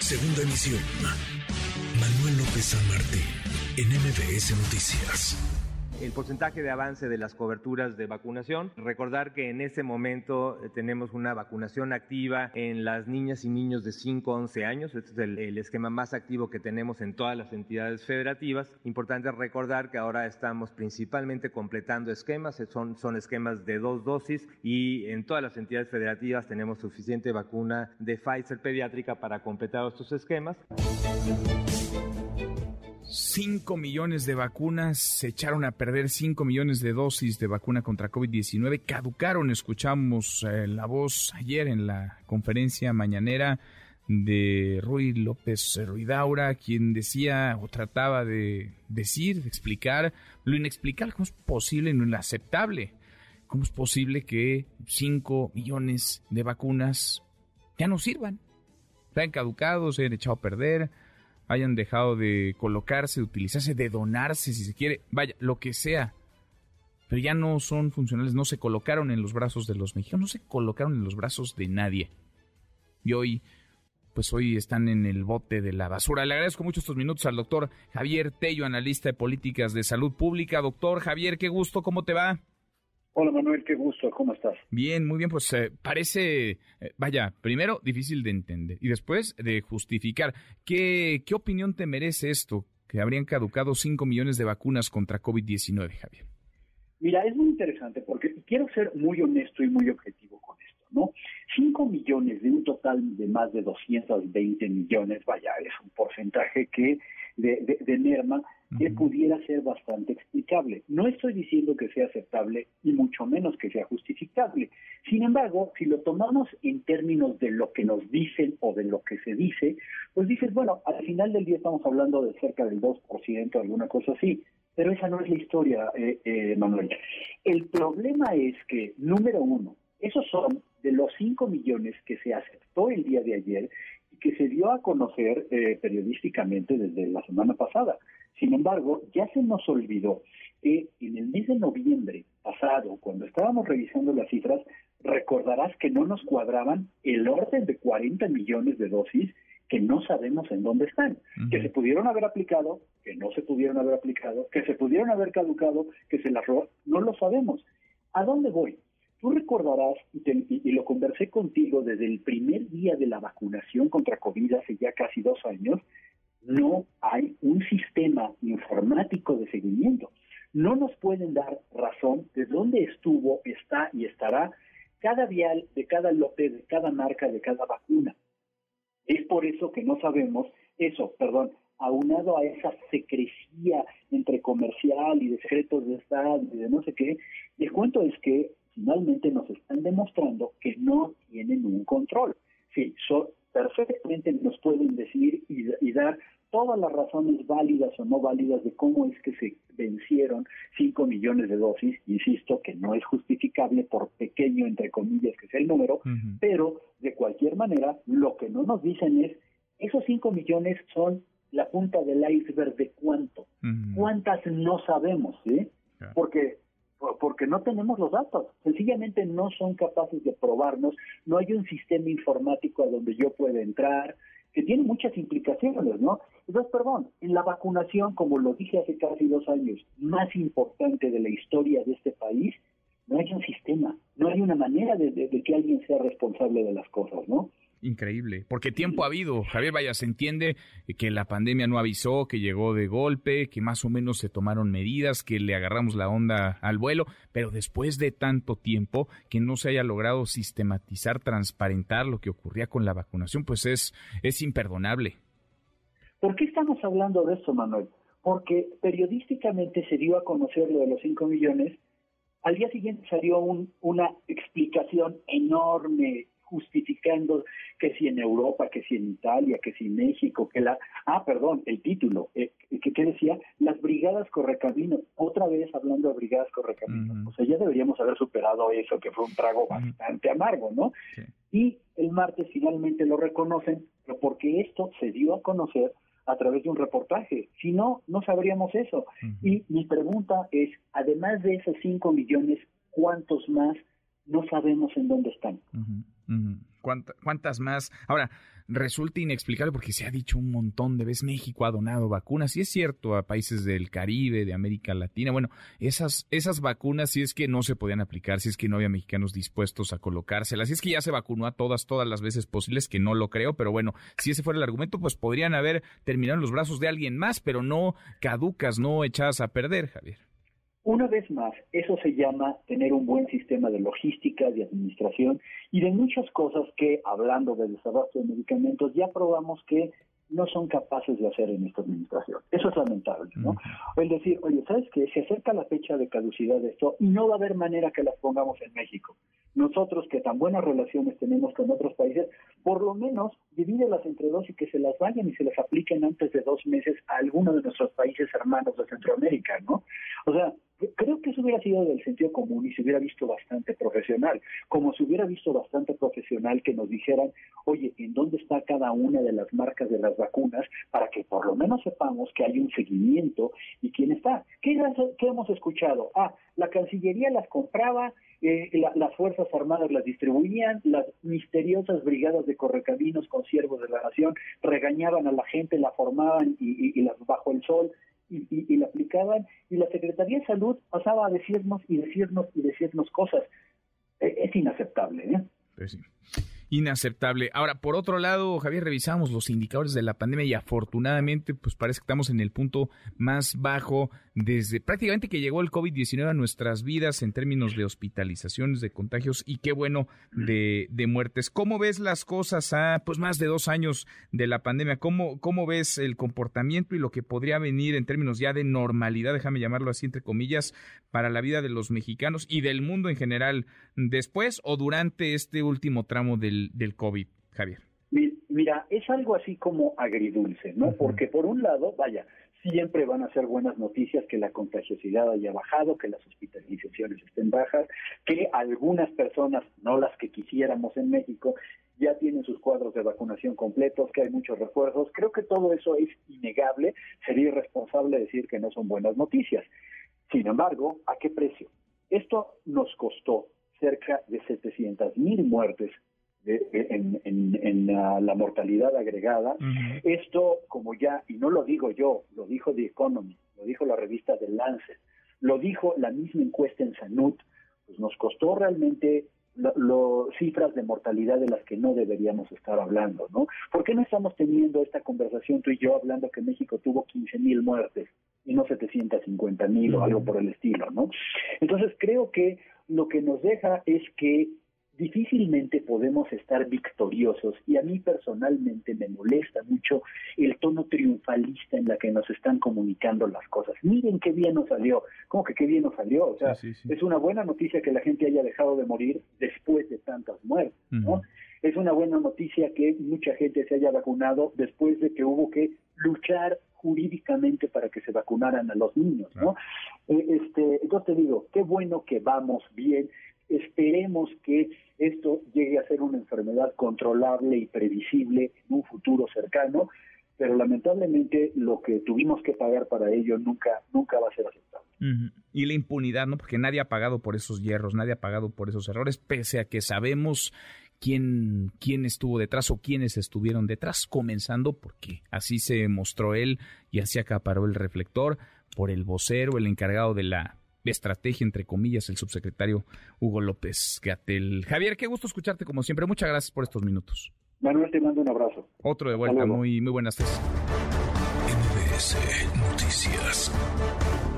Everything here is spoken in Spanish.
Segunda emisión. Manuel López San Martín, en MBS Noticias. El porcentaje de avance de las coberturas de vacunación. Recordar que en este momento tenemos una vacunación activa en las niñas y niños de 5 a 11 años. Este es el esquema más activo que tenemos en todas las entidades federativas. Importante recordar que ahora estamos principalmente completando esquemas. Son esquemas de 2 dosis y en todas las entidades federativas tenemos suficiente vacuna de Pfizer pediátrica para completar estos esquemas. 5 millones de vacunas, se echaron a perder 5 millones de dosis de vacuna contra COVID-19, caducaron. Escuchamos la voz ayer en la conferencia mañanera de Ruy López Ruidaura, quien decía o trataba de decir, de explicar lo inexplicable. ¿Cómo es posible, lo inaceptable? ¿Cómo es posible que 5 millones de vacunas ya no sirvan? Se han caducado, se han echado a perder, hayan dejado de colocarse, de utilizarse, de donarse, si se quiere, vaya, lo que sea, pero ya no son funcionales, no se colocaron en los brazos de los mexicanos, no se colocaron en los brazos de nadie. Y hoy están en el bote de la basura. Le agradezco mucho estos minutos al doctor Javier Tello, analista de políticas de salud pública. Doctor Javier, qué gusto, ¿cómo te va? Hola Manuel, qué gusto, ¿cómo estás? Bien, muy bien, pues parece, primero difícil de entender y después de justificar. ¿Qué opinión te merece esto, que habrían caducado 5 millones de vacunas contra COVID-19, Javier? Mira, es muy interesante porque quiero ser muy honesto y muy objetivo con esto, ¿no? 5 millones de un total de más de 220 millones, vaya, es un porcentaje que de merma que pudiera ser bastante explicable. No estoy diciendo que sea aceptable y mucho menos que sea justificable. Sin embargo, si lo tomamos en términos de lo que nos dicen o de lo que se dice, pues dices, bueno, al final del día estamos hablando de cerca del 2%, alguna cosa así, pero esa no es la historia, Manuel. El problema es que, número uno, esos son de los 5 millones que se aceptó el día de ayer y que se dio a conocer periodísticamente desde la semana pasada. Sin embargo, ya se nos olvidó que en el mes de noviembre pasado, cuando estábamos revisando las cifras, recordarás que no nos cuadraban el orden de 40 millones de dosis que no sabemos en dónde están, que se pudieron haber aplicado, que no se pudieron haber aplicado, que se pudieron haber caducado, que se las robó, no lo sabemos. ¿A dónde voy? Tú recordarás, y lo conversé contigo desde el primer día de la vacunación contra COVID hace ya casi 2 años, no hay un sistema informático de seguimiento. No nos pueden dar razón de dónde estuvo, está y estará cada vial de cada lote, de cada marca, de cada vacuna. Es por eso que no sabemos aunado a esa secrecía entre comercial y de secretos de Estado y de no sé qué, el cuento es que finalmente nos están demostrando que no tienen un control. Sí, perfectamente nos pueden decir y dar todas las razones válidas o no válidas de cómo es que se vencieron 5 millones de dosis, insisto que no es justificable por pequeño, entre comillas, que sea el número, pero de cualquier manera lo que no nos dicen es, esos 5 millones son la punta del iceberg de cuánto, cuántas no sabemos, ¿sí? Porque no tenemos los datos, sencillamente no son capaces de probarnos, no hay un sistema informático a donde yo pueda entrar, que tiene muchas implicaciones, ¿no? Entonces, en la vacunación, como lo dije hace casi 2 años, más importante de la historia de este país, no hay un sistema, no hay una manera de que alguien sea responsable de las cosas, ¿no? Increíble, porque tiempo ha habido, Javier, vaya, se entiende que la pandemia no avisó, que llegó de golpe, que más o menos se tomaron medidas, que le agarramos la onda al vuelo, pero después de tanto tiempo que no se haya logrado sistematizar, transparentar lo que ocurría con la vacunación, pues es imperdonable. ¿Por qué estamos hablando de esto, Manuel? Porque periodísticamente se dio a conocer lo de los 5 millones, al día siguiente salió una explicación enorme, justificando que si en Europa, que si en Italia, que si en México, el título, que decía, las brigadas Correcaminos, otra vez hablando de brigadas Correcaminos, o sea, ya deberíamos haber superado eso, que fue un trago bastante amargo, ¿no? Sí. Y el martes finalmente lo reconocen, pero porque esto se dio a conocer a través de un reportaje, si no, no sabríamos eso. Y mi pregunta es, además de esos 5 millones, ¿cuántos más no sabemos en dónde están? ¿Cuántas más? Ahora, resulta inexplicable porque se ha dicho un montón de veces, México ha donado vacunas, y es cierto, a países del Caribe, de América Latina. Bueno, esas vacunas, si es que no se podían aplicar, si es que no había mexicanos dispuestos a colocárselas, si es que ya se vacunó a todas las veces posibles, que no lo creo, pero bueno, si ese fuera el argumento, pues podrían haber terminado en los brazos de alguien más, pero no caducas, no echadas a perder, Javier. Una vez más, eso se llama tener un buen sistema de logística, de administración y de muchas cosas que, hablando del desabasto de medicamentos, ya probamos que no son capaces de hacer en esta administración. Eso es lamentable, ¿no? El decir, oye, ¿sabes qué? Se acerca la fecha de caducidad de esto y no va a haber manera que las pongamos en México. Nosotros, que tan buenas relaciones tenemos con otros países, por lo menos divídelas entre dos y que se las vayan y se las apliquen antes de 2 meses a alguno de nuestros países hermanos de Centroamérica, ¿no? O sea, creo que eso hubiera sido del sentido común y se hubiera visto bastante profesional, como se hubiera visto bastante profesional que nos dijeran, oye, ¿en dónde está cada una de las marcas de las vacunas? Para que por lo menos sepamos que hay un seguimiento y quién está. ¿Qué hemos escuchado? La Cancillería las compraba, las Fuerzas Armadas las distribuían, las misteriosas brigadas de correcaminos con siervos de la nación regañaban a la gente, la formaban y las bajo el sol y la aplicaban, y la Secretaría de Salud pasaba a decirnos cosas. Es inaceptable, ¿eh? Pues sí. Inaceptable. Ahora, por otro lado, Javier, revisamos los indicadores de la pandemia y afortunadamente, pues parece que estamos en el punto más bajo desde prácticamente que llegó el COVID-19 a nuestras vidas en términos de hospitalizaciones, de contagios y qué bueno, de muertes. ¿Cómo ves las cosas a pues más de 2 años de la pandemia? ¿Cómo ves el comportamiento y lo que podría venir en términos ya de normalidad, déjame llamarlo así entre comillas, para la vida de los mexicanos y del mundo en general, después o durante este último tramo del COVID, Javier? Mira, es algo así como agridulce, ¿no? Porque por un lado, siempre van a ser buenas noticias que la contagiosidad haya bajado, que las hospitalizaciones estén bajas, que algunas personas, no las que quisiéramos en México, ya tienen sus cuadros de vacunación completos, que hay muchos refuerzos. Creo que todo eso es innegable. Sería irresponsable decir que no son buenas noticias. Sin embargo, ¿a qué precio? Esto nos costó cerca de 700,000 muertes en la mortalidad agregada. Esto, como ya, y no lo digo yo, lo dijo The Economist, lo dijo la revista The Lancet, lo dijo la misma encuesta en Sanud, pues nos costó realmente cifras de mortalidad de las que no deberíamos estar hablando, ¿no? ¿Por qué no estamos teniendo esta conversación tú y yo hablando que México tuvo 15,000 muertes y no 750,000 o algo por el estilo, ¿no? Entonces creo que lo que nos deja es que difícilmente podemos estar victoriosos, y a mí personalmente me molesta mucho el tono triunfalista en la que nos están comunicando las cosas. Miren qué bien nos salió. ¿Cómo que qué bien nos salió? O sea, sí. Es una buena noticia que la gente haya dejado de morir después de tantas muertes, ¿no? Es una buena noticia que mucha gente se haya vacunado después de que hubo que luchar jurídicamente para que se vacunaran a los niños, ¿no? Entonces te digo, qué bueno que vamos bien. Esperemos que esto llegue a ser una enfermedad controlable y previsible en un futuro cercano, pero lamentablemente lo que tuvimos que pagar para ello nunca va a ser aceptable. Y la impunidad, ¿no? Porque nadie ha pagado por esos hierros, nadie ha pagado por esos errores, pese a que sabemos quién estuvo detrás o quiénes estuvieron detrás, comenzando porque así se mostró él y así acaparó el reflector por el vocero, el encargado de la estrategia, entre comillas, el subsecretario Hugo López-Gatell. Javier, qué gusto escucharte como siempre. Muchas gracias por estos minutos. Manuel, te mando un abrazo. Otro de vuelta. Muy buenas tardes. MBS Noticias.